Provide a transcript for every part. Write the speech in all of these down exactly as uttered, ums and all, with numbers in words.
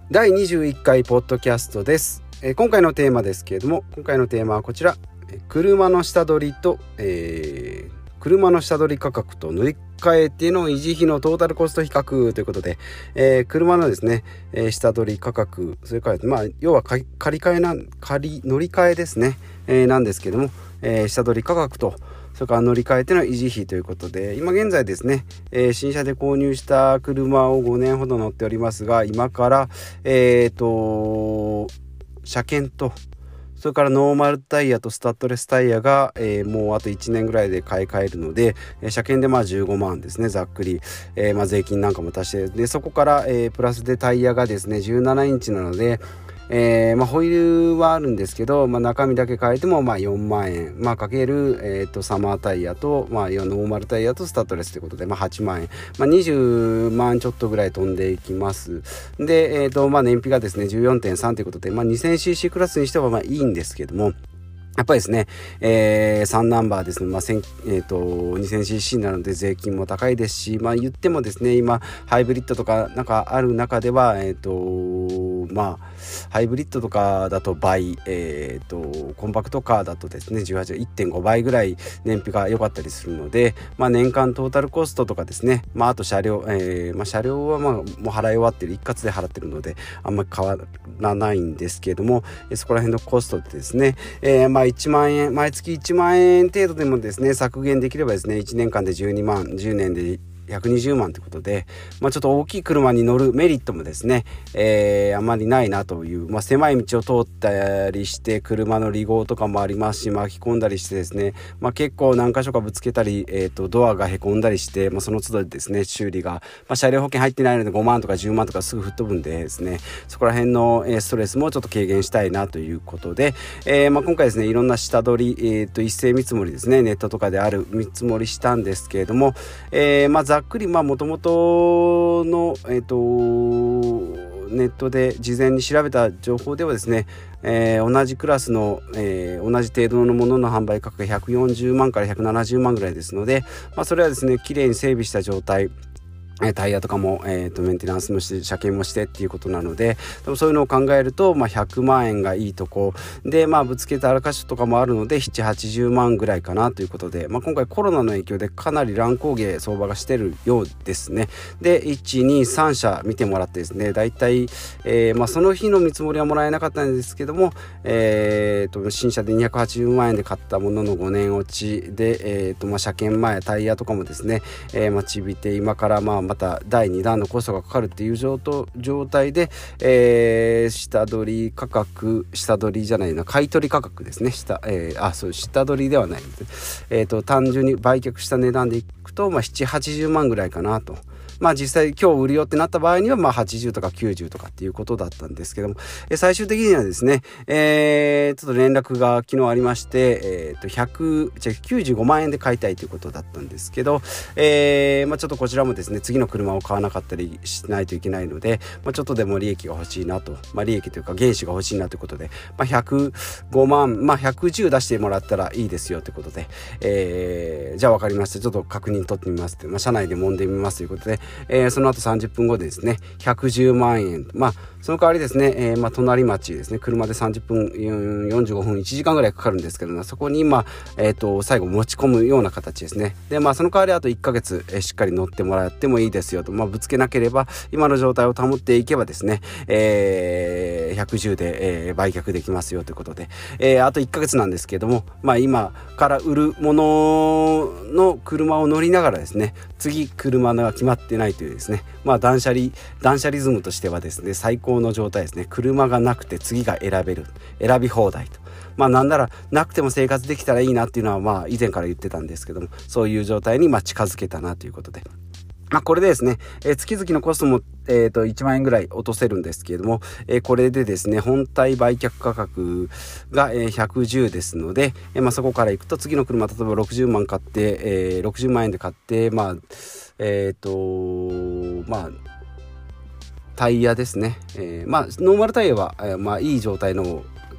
だいにじゅういっかいポッドキャストです。えー、今回のテーマですけれども、今回のテーマはこちら、車の下取りと、えー、車の下取り価格と乗り換えての維持費のトータルコスト比較ということで、えー、車のですね、えー、下取り価格、それから、まあ、要は借り換えな借り乗り換えですね、えー、なんですけども、えー、下取り価格とそれから乗り換えての維持費ということで、今現在ですね、えー、新車で購入した車をごねんほど乗っておりますが、今からえーと車検とそれからノーマルタイヤとスタッドレスタイヤが、えー、もうあといちねんぐらいで買い替えるので、えー、車検でまあじゅうごまんですね、ざっくり、えーまあ、税金なんかも足してでそこから、えー、プラスでタイヤがですねじゅうななインチなので、えーまあ、ホイールはあるんですけど、まあ、中身だけ変えてもまあよんまんえん、まあ、かける、えー、とサマータイヤと、まあ、ノーマルタイヤとスタッドレスということで、まあ、はちまんえん、まあ、にじゅうまんちょっとぐらい飛んでいきますで、えーとまあ、燃費がですね じゅうよんてんさん ということで、まあ、にせんシーシー クラスにしてはまあいいんですけども、やっぱりですね、えー、さんナンバーですね、まあえー、と にせんシーシー なので税金も高いですし、まあ言ってもですね、今ハイブリッドとかなんかある中では、えー、とまあハイブリッドとかだと倍、えー、とコンパクトカーだとですねじゅうはち いってんご 倍ぐらい燃費が良かったりするので、まあ年間トータルコストとかですね、まああと車両、えーまあ、車両はまあもう払い終わってる、一括で払ってるのであんまり変わらないんですけれども、そこら辺のコストでですね、えー、まあいちまんえん、毎月いちまんえん程度でもですね削減できればですね、いちねんかんでじゅうにまん、じゅうねんでひゃくにじゅうまんということで、まあ、ちょっと大きい車に乗るメリットもですね、えー、あまりないなという、まあ、狭い道を通ったりして車の離合とかもありますし、巻き込んだりしてですね、まあ、結構何箇所かぶつけたり、えー、とドアがへこんだりして、まあ、その都度ですね修理が、まあ、車両保険入ってないのでごまんとかじゅうまんとかすぐ吹っ飛ぶんでですね、そこら辺の、えー、ストレスもちょっと軽減したいなということで、えーまあ、今回ですねいろんな下取り、えー、と一斉見積もりですね、ネットとかである見積もりしたんですけれども、えーまあ、ざっくりまあ元々の、えー、とネットで事前に調べた情報ではですね、えー、同じクラスの、えー、同じ程度のものの販売価格がひゃくよんじゅうまんからひゃくななじゅうまんぐらいですので、まあ、それはですねきれいに整備した状態、タイヤとかも、えー、とメンテナンスもして車検もしてっていうことなので、でもそういうのを考えると、まあ、ひゃくまんえんがいいとこで、まあ、ぶつけたあらか所とかもあるのでななじゅうはちじゅうまんぐらいかなということで、まあ、今回コロナの影響でかなり乱高下相場がしてるようですね。で いちにさん社見てもらってですね、だいたい、えーまあ、その日の見積もりはもらえなかったんですけども、えー、と新車でにひゃくはちじゅうまんえんで買ったもののごねん落ちで、えーとまあ、車検前タイヤとかもですね、えー、待ちびて今からまあまただいにだんのコストがかかるっていう状態で、えー、下取り価格下取りじゃないな買い取り価格ですね、下、えー、あそう下取りではないので、えー、と単純に売却した値段でいくと、まあ、ななじゅうはちじゅうまんぐらいかなと。まあ実際今日売るよってなった場合にはまあはちじゅうとかきゅうじゅうとかっていうことだったんですけども、え最終的にはですね、えー、ちょっと連絡が昨日ありまして、えー、とひゃくじゃきゅうじゅうごまんえんで買いたいということだったんですけど、えーまあ、ちょっとこちらもですね次の車を買わなかったりしないといけないので、まあ、ちょっとでも利益が欲しいなと、まあ、利益というか原資が欲しいなということで、まあ、ひゃくごまん、まあ、ひゃくじゅう出してもらったらいいですよということで、えー、じゃあ分かりました、ちょっと確認取ってみますって、まあ、社内で揉んでみますということで、えー、その後さんじゅっぷんごでですねひゃくじゅうまんえん、まあその代わりですね、えーまあ、隣町ですね、車でさんじゅっぷんよんじゅうごふんいちじかんぐらいかかるんですけども、そこに今、えー、と最後持ち込むような形ですね。でまあその代わりあといっかげつ、えー、しっかり乗ってもらってもいいですよと、まあ、ぶつけなければ今の状態を保っていけばですね、えー、ひゃくじゅうで、えー、売却できますよということで、えー、あといっかげつなんですけども、まあ今から売るものの車を乗りながらですね、次車が決まってないというですね、まあ断捨離断捨離ズムとしてはですね最高の状態ですね。車がなくて次が選べる、選び放題と、まあなんならなくても生活できたらいいなっていうのはまあ以前から言ってたんですけども、そういう状態にまあ近づけたなということで、まあ、これでですね、えー、月々のコストも、えー、といちまんえんぐらい落とせるんですけれども、えー、これでですね本体売却価格が、えー、ひゃくじゅうですので、えーまあ、そこからいくと次の車例えばろくじゅうまん買って、えー、ろくじゅうまんえんで買ってまあえっ、ー、とまあタイヤですね、えー、まあノーマルタイヤは、えー、まあいい状態の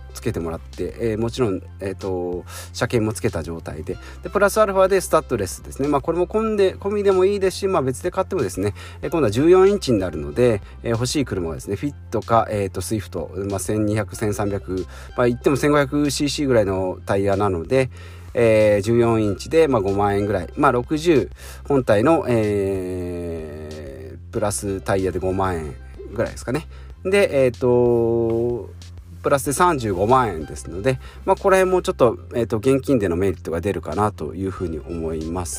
つけてもらって、えー、もちろん、えー、と車検もつけた状態で、でプラスアルファでスタッドレスですね。まあこれも込んで込みでもいいですし、まあ、別で買ってもですね、えー、今度はじゅうよんインチになるので、えー、欲しい車はですねフィットか、えー、とスイフト、まあ、せんにひゃく、せんさんびゃく、まあ言っても せんごひゃくシーシー ぐらいのタイヤなので、えー、じゅうよんインチで、まあ、ごまんえんぐらい、まあ、ろくじゅう本体の、えー、プラスタイヤでごまんえんぐらいですかね。でえっ、ー、とプラスでさんじゅうごまんえんですので、まあ、この辺もちょっと、えー、と現金でのメリットが出るかなというふうに思います。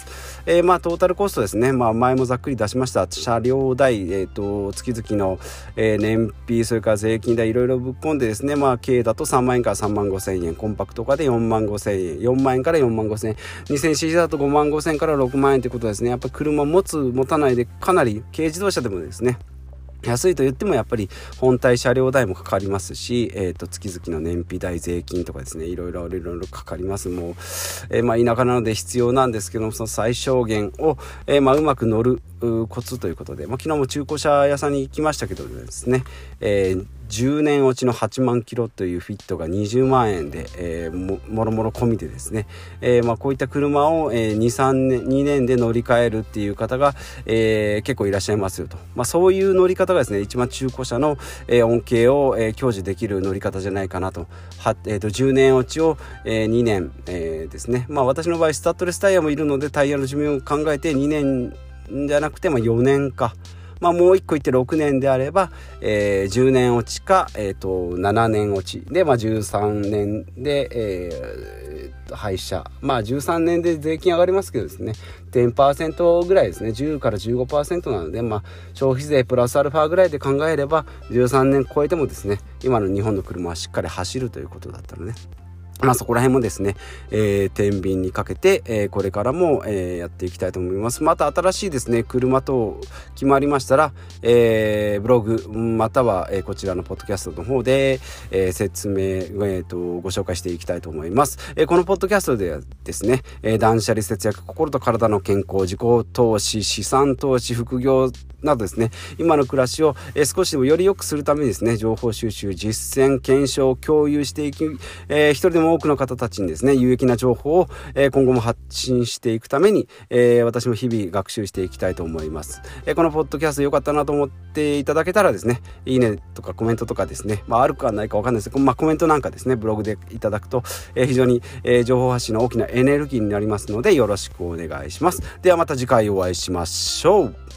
えー、まあトータルコストですね、まあ、前もざっくり出しました車両代、えー、と月々の、えー、燃費、それから税金代いろいろぶっ込んでですね、まあ、軽だとさんまんえんからさんまんごせんえん、コンパクト化でよんまんごせんえん、よんまんえんからよんまんごせんえん、にせんシーシー だとごまんごせんえんからろくまんえんということですね。やっぱり車持つ持たないでかなり軽自動車でもですね安いと言ってもやっぱり本体車両代もかかりますし、えー、と月々の燃費代、税金とかですね、いろいろいろいろかかります。もう、えー、まあ田舎なので必要なんですけども、その最小限を、えー、まあうまく乗るコツということで、まあ、昨日も中古車屋さんに行きましたけどですね、えーじゅうねん落ちのはちまんキロというフィットがにじゅうまんえんで、えー、も, もろもろ込みでですね、えーまあ、こういった車を、えー、にさんねんにねんで乗り換えるっていう方が、えー、結構いらっしゃいますよと、まあ、そういう乗り方がですね一番中古車の、えー、恩恵を、えー、享受できる乗り方じゃないかなと。は、えー、とじゅうねん落ちを、えー、にねん、えー、ですね。まあ私の場合スタッドレスタイヤもいるのでタイヤの寿命を考えてにねんじゃなくて、まあ、よねんか、まあ、もういっこいってろくねんであれば、えー、じゅうねん落ちか、えー、とななねん落ちで、まあ、じゅうさんねんで、えー、廃車、まあじゅうさんねんで税金上がりますけどですね じゅっパーセント ぐらいですね、じゅうから じゅうごパーセント なので、まあ消費税プラスアルファぐらいで考えればじゅうさんねん超えてもですね今の日本の車はしっかり走るということだったので、ね、まあそこら辺もですね、えー、天秤にかけて、えー、これからも、えー、やっていきたいと思います。また新しいですね車等決まりましたら、えー、ブログまたは、えー、こちらのポッドキャストの方で、えー、説明、えー、とご紹介していきたいと思います。えー、このポッドキャストではですね、えー、断捨離、節約、心と体の健康、自己投資、資産投資、副業などですね、今の暮らしを、えー、少しでもより良くするためにですね、情報収集、実践、検証、共有していき、えー、一人でも多くの方たちにですね有益な情報を、えー、今後も発信していくために、えー、私も日々学習していきたいと思います。えー、このポッドキャスト良かったなと思っていただけたらですね、いいねとかコメントとかですね、まああるかないか分かんないですけど、まあコメントなんかですねブログでいただくと、えー、非常に、えー、情報発信の大きなエネルギーになりますのでよろしくお願いします。ではまた次回お会いしましょう。